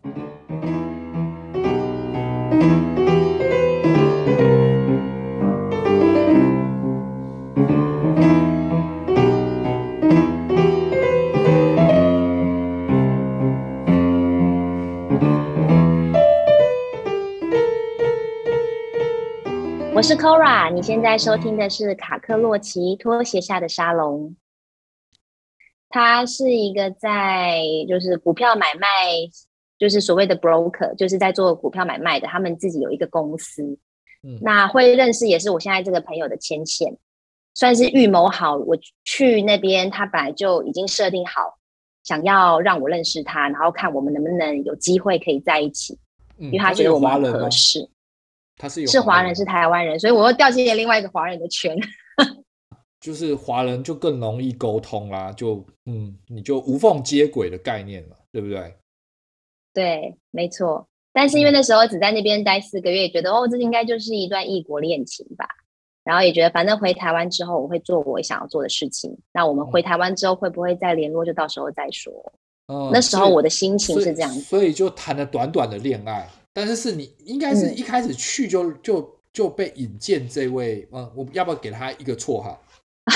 S1: 我是 Cora， 你现在收听的是卡克洛奇拖鞋下的沙龙。他是一个在就是股票买卖，就是所谓的 broker， 就是在做股票买卖的，他们自己有一个公司。嗯，那会认识也是我现在这个朋友的牵线，算是预谋好。我去那边，他本来就已经设定好，想要让我认识他，然后看我们能不能有机会可以在一起，嗯、因为他觉得我们很合适。
S2: 他是有
S1: 是华人，是台湾人，所以我又掉进了另外一个华人的圈。
S2: 就是华人就更容易沟通啦，就嗯，你就无缝接轨的概念嘛，对不对？
S1: 对，没错。但是因为那时候只在那边待四个月，觉得哦，这应该就是一段异国恋情吧。然后也觉得反正回台湾之后，我会做我想要做的事情。那我们回台湾之后会不会再联络，就到时候再说。嗯，那时候我的心情是这样子，
S2: 所以，所以就谈了短短的恋爱。但是是你应该是一开始去就、嗯、就就被引荐这位，嗯，我要不要给他一个绰号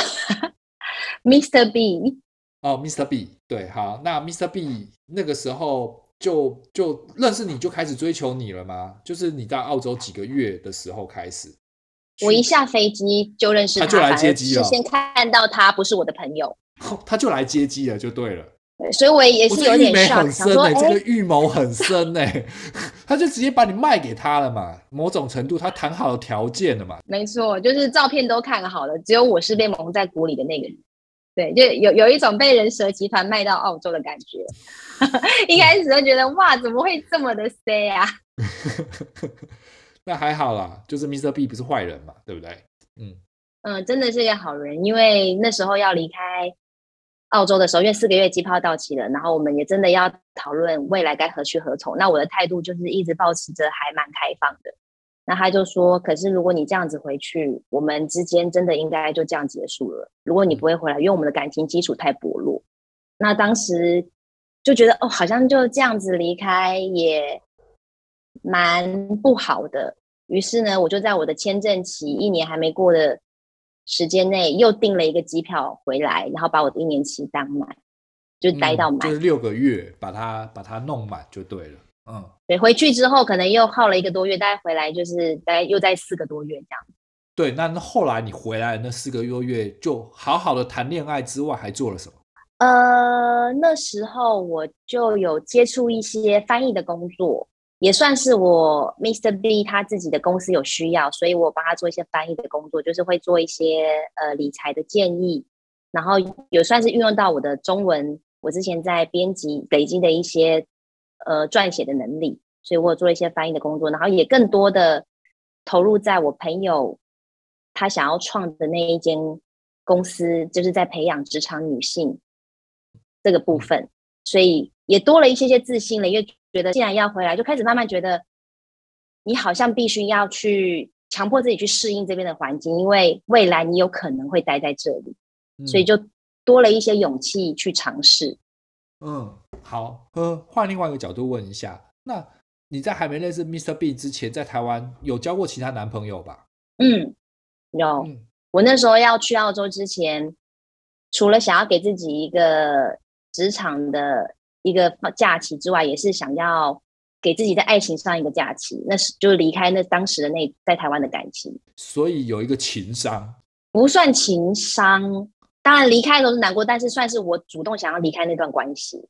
S1: ？Mister B。
S2: 哦 ，Mister B， 对，好，那 Mister B 那个时候就就认识你就开始追求你了吗？就是你在澳洲几个月的时候开始？
S1: 我一下飞机就认识他，
S2: 他就来接机了。
S1: 事先看到他不是我的朋友，
S2: 他就来接机了，就对了。
S1: 对，所以我也是有点 shock，
S2: 想说，欸、这个预谋很深哎、欸，他就直接把你卖给他了嘛，某种程度他谈好了条件了嘛。
S1: 没错，就是照片都看好了，只有我是被蒙在鼓里的那个人。对，就有有一种被人蛇集团卖到澳洲的感觉。一开始就觉得哇，怎么会这么的 say 啊？
S2: 那还好啦，就是 Mister B 不是坏人嘛，对不对？
S1: 嗯嗯，真的是个好人，因为那时候要离开澳洲的时候，因为四个月机票到期了，然后我们也真的要讨论未来该何去何从。那我的态度就是一直保持着还蛮开放的。那他就说，可是如果你这样子回去，我们之间真的应该就这样结束了。如果你不会回来，因为我们的感情基础太薄弱。那当时就觉得哦，好像就这样子离开也蛮不好的。于是呢，我就在我的签证期一年还没过的时间内又订了一个机票回来，然后把我的一年期当满，就待到满、
S2: 嗯、就是六个月把它把它弄满就对了。嗯，
S1: 对，回去之后可能又耗了一个多月，大概回来就是大概又在四个多月这样。
S2: 对，那后来你回来那四个多月就好好的谈恋爱之外还做了什么？
S1: 呃，那时候我就有接触一些翻译的工作，也算是我 Mister B 他自己的公司有需要，所以我帮他做一些翻译的工作，就是会做一些呃理财的建议，然后有算是运用到我的中文，我之前在编辑累积的一些呃撰写的能力，所以我有做一些翻译的工作，然后也更多的投入在我朋友他想要创的那一间公司，就是在培养职场女性这个部分，所以也多了一些些自信了，因为觉得既然要回来，就开始慢慢觉得你好像必须要去强迫自己去适应这边的环境，因为未来你有可能会待在这里，嗯、所以就多了一些勇气去尝试。
S2: 嗯，好，呃，换另外一个角度问一下，那你在还没认识 Mister B 之前，在台湾有交过其他男朋友吧？
S1: 嗯，有。嗯、我那时候要去澳洲之前，除了想要给自己一个职场的一个假期之外，也是想要给自己在爱情上一个假期，那是就离开那当时的那在台湾的感情。
S2: 所以有一个情伤，
S1: 不算情伤，当然离开的时候是难过，但是算是我主动想要离开那段关系。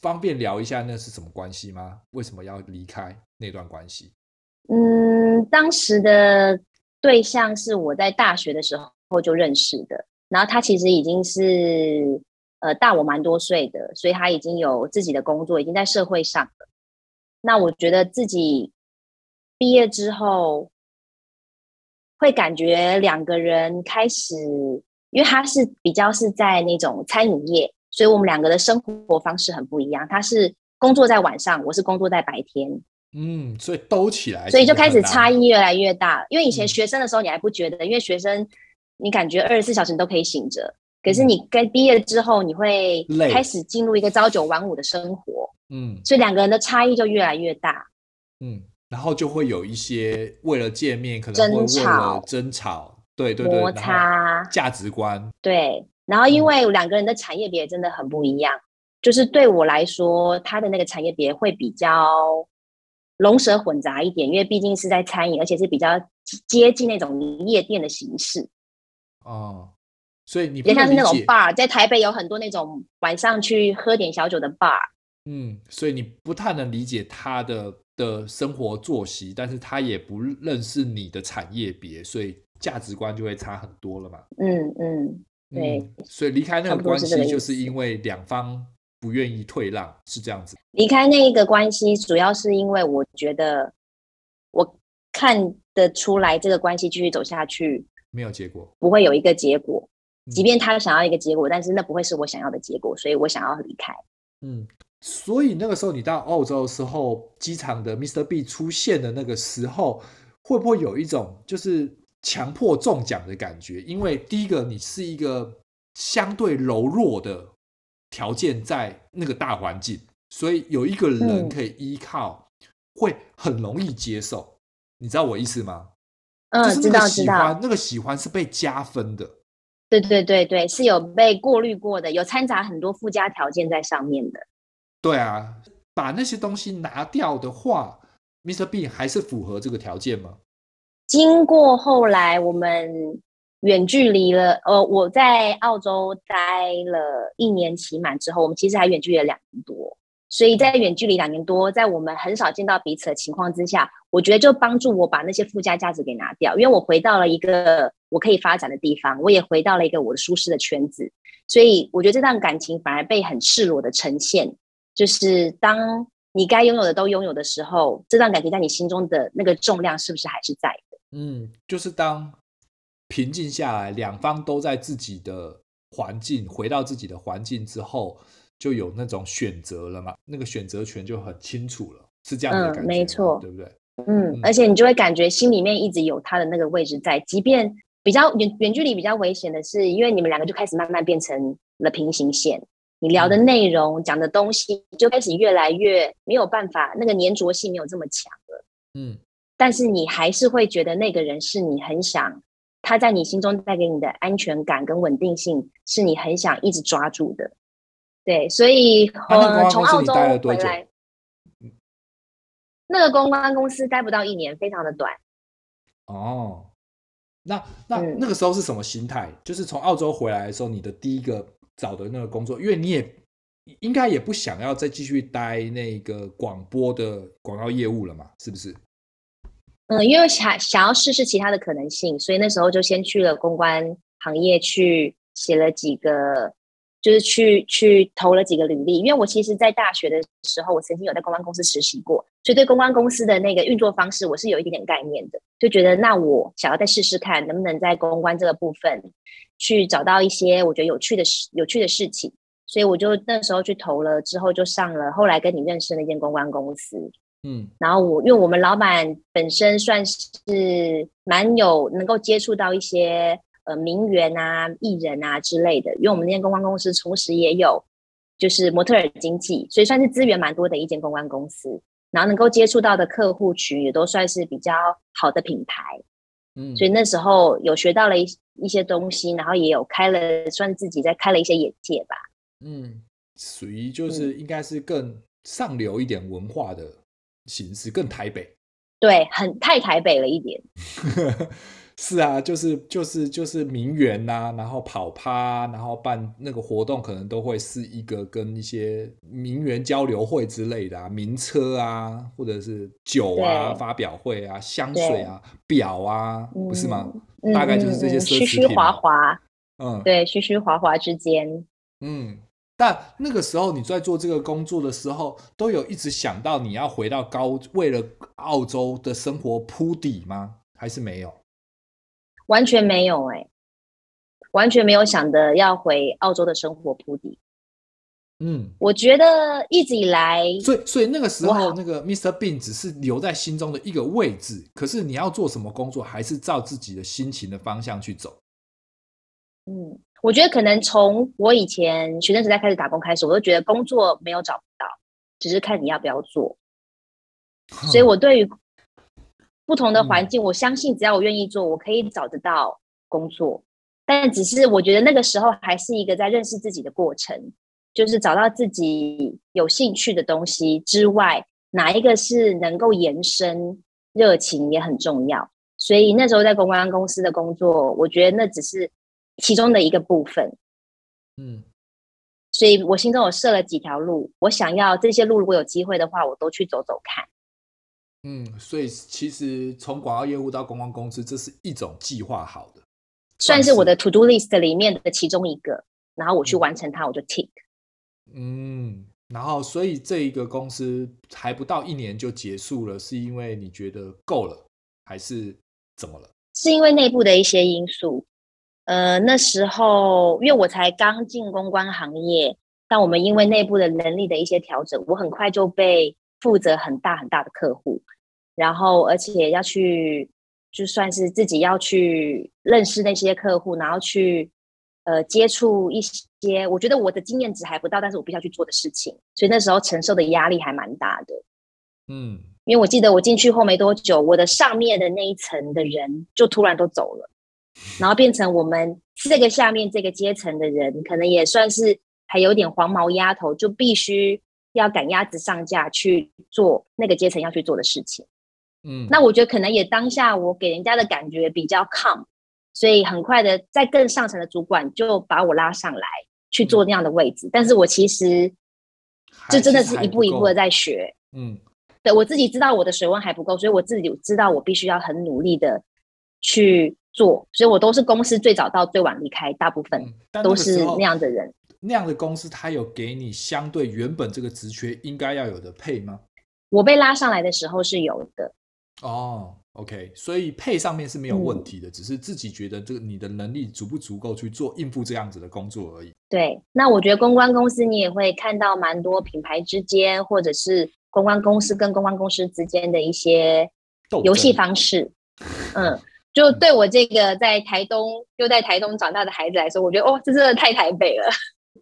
S2: 方便聊一下那是什么关系吗？为什么要离开那段关系？
S1: 嗯，当时的对象是我在大学的时候就认识的，然后他其实已经是呃大我蛮多岁的，所以他已经有自己的工作，已经在社会上了。那我觉得自己毕业之后，会感觉两个人开始，因为他是比较是在那种餐饮业，所以我们两个的生活方式很不一样。他是工作在晚上，我是工作在白天。
S2: 嗯，所以兜起来其
S1: 所以就开始
S2: 实很难。
S1: 差异越来越大。因为以前
S2: 嗯
S1: 学生的时候你还不觉得，因为学生你感觉二十四小时你都可以醒着，可是
S2: 嗯，
S1: 你该毕业之后，你会开
S2: 累。
S1: 始进入一个朝九晚五的生活，
S2: 嗯
S1: 所以两个人的差异就越来越大，
S2: 嗯，然后就会有一些为了见面，可能会
S1: 争
S2: 为了
S1: 吵、
S2: 争吵，对对对，
S1: 摩
S2: 然后
S1: 擦，
S2: 价值观。
S1: 对。然后因
S2: 嗯
S1: 为两个人的产业别真的很不一样，就是对我来说，他的那个产业别会比较龙蛇混杂一点，因为毕竟是在餐饮，而且是比较接近那种夜店的形式。
S2: 哦，所以你不
S1: 比较像是那种
S2: 能理解。
S1: bar，在台北有很多那种晚上去喝点小酒的 bar。
S2: 嗯，所以你不太能理解他的的生活作息，但是他也不认识你的产业别，所以价值观就会差很多了嘛。
S1: 嗯嗯，对，
S2: 嗯，所以离开那个关
S1: 差不多是这
S2: 系就是
S1: 个意思。
S2: 因为两方不愿意退让，是这样子。
S1: 离开那一个关系，主要是因为我觉得我看得出来，这个关系继续走下去
S2: 没有结果。
S1: 不会有一个结果。即
S2: 嗯
S1: 便他想要一个结果，但是那不会是我想要的结果，所以我想要离开。
S2: 嗯，所以那个时候你到澳洲的时候，机场的 Mister B 出现的那个时候，会不会有一种就是强迫中奖的感觉？因为第一个你是一个相对柔弱的条件在那个大环境，所以有一个人
S1: 嗯
S2: 可以依靠，会很容易接受。你知道我意思吗？就
S1: 嗯，知
S2: 是那个
S1: 道知道，
S2: 喜欢，那个喜欢是被加分的。
S1: 对对对对，是有被过滤过的，有掺杂很多附加条件在上面的。
S2: 对啊，把那些东西拿掉的话，Mister B 还是符合这个条件吗？
S1: 经过后来我们远距离了，呃，我在澳洲待了一年期满之后，我们其实还远距离了两年多。所以在远距离两年多，在我们很少见到彼此的情况之下，我觉得就帮助我把那些附加价值给拿掉，因为我回到了一个我可以发展的地方，我也回到了一个我的舒适的圈子，所以我觉得这段感情反而被很赤裸的呈现，就是当你该拥有的都拥有的时候，这段感情在你心中的那个重量是不是还是在的？
S2: 嗯，就是当平静下来，两方都在自己的环境，回到自己的环境之后，就有那种选择了嘛，那个选择权就很清楚了，是这样子的
S1: 嗯，
S2: 感觉吗？
S1: 没错。
S2: 对不对？
S1: 嗯，
S2: 嗯
S1: 而且你就会感觉心里面一直有他的那个位置在，即便比较远远距离比较危险的是，因为你们两个就开始慢慢变成了平行线，你聊的
S2: 嗯
S1: 内容、讲的东西就开始越来越没有办法，那个粘着性没有这么强了。
S2: 嗯
S1: 但是你还是会觉得那个人是你很想，他在你心中带给你的安全感跟稳定性，是你很想一直抓住的。对，所以
S2: 那那个公
S1: 呃，
S2: 关公司你待
S1: 从澳洲
S2: 了多久？
S1: 回来，那个公关公司待不到一年，非常的短。
S2: 哦，那那那
S1: 嗯。
S2: 个时候是什么心态？就是从澳洲回来的时候，你的第一个找的那个工作，因为你也应该也不想要再继续待那个广播的广告业务了嘛，是不是？
S1: 嗯，因为想想要试试其他的可能性，所以那时候就先去了公关行业去写了几个，就是去去投了几个履历。因为我其实，在大学的时候，我曾经有在公关公司实习过，所以对公关公司的那个运作方式，我是有一点点概念的。就觉得，那我想要再试试看，能不能在公关这个部分去找到一些我觉得有趣的事、有趣的事情。所以我就那时候去投了，之后就上了后来跟你认识的那间公关公司。
S2: 嗯
S1: 然后我因为我们老板本身算是蛮有能够接触到一些呃名媛啊、艺人啊之类的，因为我们那间公关公司同时也有就是模特儿经济，所以算是资源蛮多的一间公关公司。然后能够接触到的客户群也都算是比较好的品牌，
S2: 嗯
S1: 所以那时候有学到了一一些东西，然后也有开了算自己在开了一些眼界吧。
S2: 嗯，属于就
S1: 嗯，
S2: 是应该是更上流一点文化的形式，更台北。
S1: 对，很太台北了一点。
S2: 是啊，就是就是就是名媛呐、然后跑趴，然后办那个活动，可能都会是一个跟一些名媛交流会之类的啊，名车啊，或者是酒啊，
S1: 对
S2: 发表会啊，香水
S1: 对，
S2: 啊，表啊，不是吗？
S1: 嗯嗯
S2: 大概就是这些
S1: 嗯嗯，
S2: 奢
S1: 虚虚华
S2: 侈品嘛。
S1: 华，
S2: 嗯
S1: 对，虚虚华华之间。
S2: 嗯。但那个时候你在做这个工作的时候，都有一直想到你要回到高，为了澳洲的生活铺底吗？还是没有？
S1: 完全没有哎、完全没有想着要回澳洲的生活铺底。
S2: 嗯。
S1: 我觉得一直以来，
S2: 所以，所以那个时
S1: 我好，
S2: 候，那个 Mister Bean 只是留在心中的一个位置，可是你要做什么工作，还是照自己的心情的方向去走。
S1: 嗯，我觉得可能从我以前学生时代开始打工开始，我都觉得工作没有找不到，只是看你要不要做。所以我对于不同的环
S2: 嗯
S1: 境，我相信只要我愿意做，我可以找得到工作。但只是我觉得那个时候还是一个在认识自己的过程，就是找到自己有兴趣的东西之外，哪一个是能够延伸热情也很重要。所以那时候在公关公司的工作，我觉得那只是其中的一个部分。
S2: 嗯
S1: 所以我心中有设了几条路，我想要这些路如果有机会的话，我都去走走看。
S2: 嗯，所以其实从广告业务到公关公司，这是一种计划好的，算是。
S1: 算是我的 to do list 里面的其中一个，然后我去
S2: 嗯
S1: 完成它，我就 tick。
S2: 嗯，然后所以这一个公司还不到一年就结束了，是因为你觉得够了，还是怎么了？
S1: 是因为内部的一些因素。呃，那时候因为我才刚进公关行业，但我们因为内部的能力的一些调整，我很快就被负责很大很大的客户，然后而且要去就算是自己要去认识那些客户，然后去呃接触一些我觉得我的经验值还不到，但是我必须要去做的事情，所以那时候承受的压力还蛮大的。
S2: 嗯
S1: 因为我记得我进去后没多久，我的上面的那一层的人就突然都走了，然后变成我们这个下面这个阶层的人，可能也算是还有点黄毛丫头，就必须要赶鸭子上架去做那个阶层要去做的事情。
S2: 嗯
S1: 那我觉得可能也当下我给人家的感觉比较 calm，所以很快的在更上层的主管就把我拉上来去做那样的位置，但是我其实就真的是一步一步的在学。
S2: 嗯
S1: 对，我自己知道我的水温还不够，所以我自己知道我必须要很努力的去做，所以我都是公司最早到最晚离开，大部分
S2: 嗯，但那
S1: 都是那
S2: 个时候
S1: 样的人。
S2: 那样的公司，它有给你相对原本这个职缺应该要有的配吗？
S1: 我被拉上来的时候是有的。
S2: 哦，OK，所以配上面是没有问
S1: 嗯，
S2: 题的，只是自己觉得这个你的能力足不足够去做应付这样子的工作而已。
S1: 对。那我觉得公关公司你也会看到蛮多品牌之间，或者是公关公司跟公关公司之间的一些游戏方式。嗯，就对我这个在台东又在台东长大的孩子来说，我觉得哦，这真的太台北了。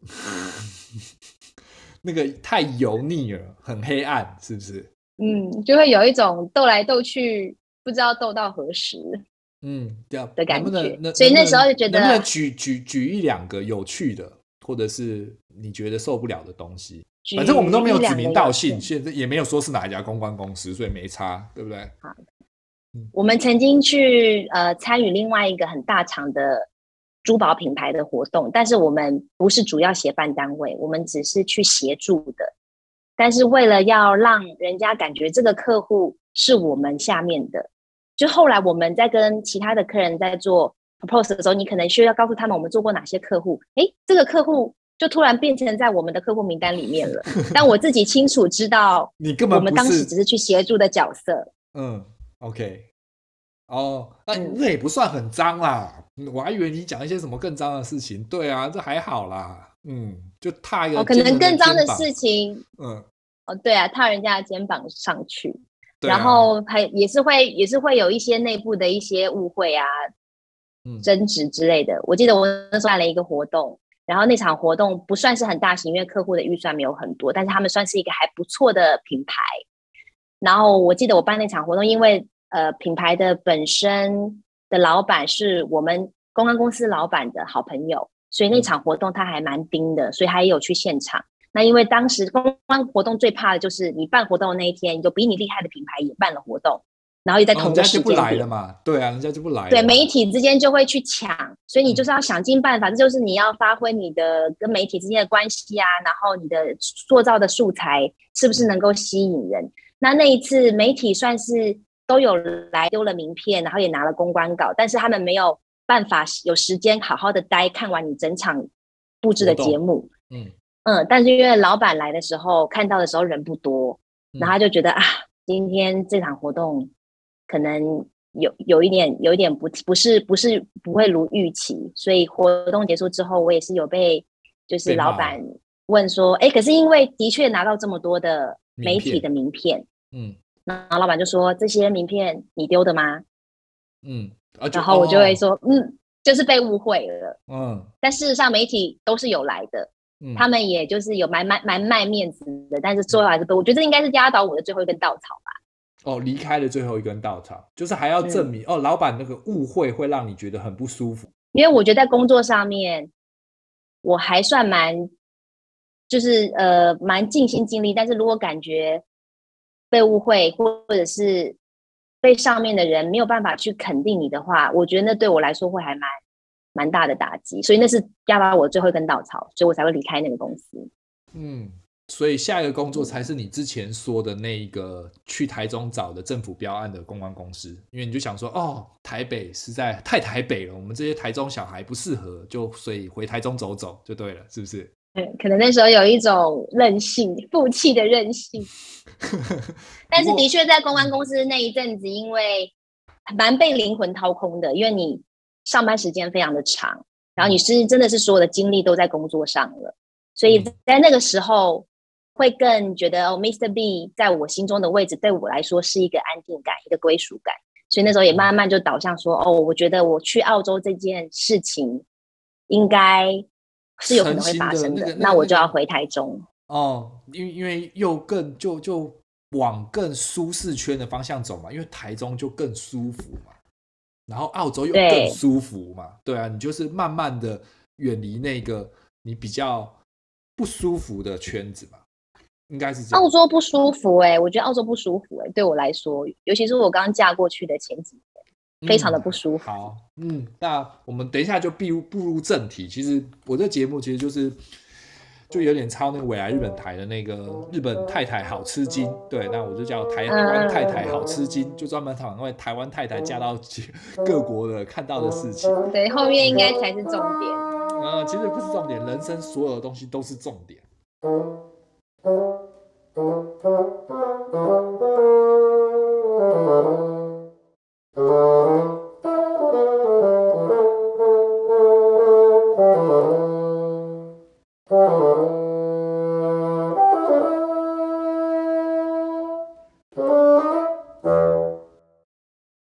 S2: 那个太油腻了，很黑暗，是不是？
S1: 嗯，就会有一种斗来斗去，不知道斗到何时
S2: 嗯，对啊，
S1: 的
S2: 能不
S1: 感觉。
S2: 能能
S1: 所以那时候就觉得，
S2: 能不能举举举一两个有趣的，或者是你觉得受不了的东西？反正我们都没有指名道姓，现在也没有说是哪一家公关公司，所以没差，对不对？
S1: 好，我们曾经去呃参与另外一个很大场的珠宝品牌的活动，但是我们不是主要协办单位，我们只是去协助的。但是为了要让人家感觉这个客户是我们下面的，就后来我们在跟其他的客人在做 propose 的时候，你可能需要告诉他们我们做过哪些客户，诶，这个客户就突然变成在我们的客户名单里面了。但我自己清楚知道，
S2: 你根本不是，
S1: 我们当时只是去协助的角色。
S2: 嗯 OK， 哦，那、
S1: 嗯，
S2: 那也不算很脏啦，我还以为你讲一些什么更脏的事情。对啊，这还好啦，嗯，就踏一个
S1: 哦，可能更脏的
S2: 肩膀
S1: 事情，
S2: 嗯，
S1: 哦，对啊，踏人家的肩膀上去，
S2: 对啊，
S1: 然后还也是会也是会有一些内部的一些误会啊、
S2: 嗯
S1: 争执之类的。我记得我那时候办了一个活动，然后那场活动不算是很大型，因为客户的预算没有很多，但是他们算是一个还不错的品牌。然后我记得我办那场活动，因为呃品牌的本身的老板是我们公关公司老板的好朋友，所以那场活动他还蛮盯的，所以他也有去现场。那因为当时公关活动最怕的就是你办活动的那一天，有比你厉害的品牌也办了活动， 然后也在
S2: 哦，
S1: 同
S2: 人家就不
S1: 个时间点。
S2: 来了嘛，对啊，人家就不来了。
S1: 对，媒体之间就会去抢，所以你就是要想尽办法，
S2: 嗯、
S1: 这就是你要发挥你的跟媒体之间的关系啊，然后你的塑造的素材是不是能够吸引人？嗯、那那一次媒体算是都有来丢了名片，然后也拿了公关稿，但是他们没有办法有时间好好的待看完你整场布置的节目。嗯嗯，但是因为老板来的时候看到的时候人不多，然后他就觉得、嗯、啊，今天这场活动可能有有一点有一点不不是不是不会如预期，所以活动结束之后，我也是有被就是老板问说，哎，可是因为的确拿到这么多的媒体的名片，嗯，然后老板就说这些名片你丢的吗？嗯，啊、然后我就会说，哦、嗯，就是被误会了，嗯，但事实上媒体都是有来的。嗯、他们也就是有蛮蛮蛮卖面子的，但是最后还是被，我觉得这应该是压倒我的最后一根稻草吧。
S2: 哦，离开了最后一根稻草，就是还要证明、嗯、哦，老板那个误会会让你觉得很不舒服。
S1: 因为我觉得在工作上面，我还算蛮，就是呃蛮尽心尽力，但是如果感觉被误会，或者是被上面的人没有办法去肯定你的话，我觉得那对我来说会还蛮蛮大的打击，所以那是压倒我最后一根稻草，所以我才会离开那个公司。
S2: 嗯。所以下一个工作才是你之前说的那一个去台中找的政府标案的公关公司，因为你就想说，哦，台北实在太台北了，我们这些台中小孩不适合，就所以回台中走走就对了，是不是？
S1: 嗯，可能那时候有一种任性、负气的任性，但是的确在公关公司那一阵子，因为蛮被灵魂掏空的，因为你上班时间非常的长，然后你是真的是所有的精力都在工作上了，所以在那个时候会更觉得哦 ，Mister B 在我心中的位置对我来说是一个安定感、一个归属感，所以那时候也慢慢就导向说，哦，我觉得我去澳洲这件事情应该是有可能会发生的，
S2: 的那,
S1: 那我就要回台中。
S2: 哦，因为因为又更就就往更舒适圈的方向走嘛，因为台中就更舒服嘛，然后澳洲又更舒服嘛， 对, 对啊，你就是慢慢的远离那个你比较不舒服的圈子嘛，应该是这样。
S1: 澳洲不舒服哎、欸，我觉得澳洲不舒服哎、欸，对我来说，尤其是我刚嫁过去的前几年，非常的不舒服。
S2: 嗯、好，嗯，那我们等一下就步入步入正题。其实我这节目其实就是就有点抄那个未来日本台的那个日本太太好吃惊，对，那我就叫台湾太太好吃惊，嗯、就专门讨论台湾太太嫁到各国的看到的事情。
S1: 对，后面应该才是重点。
S2: 呃，其实不是重点，人生所有的东西都是重点。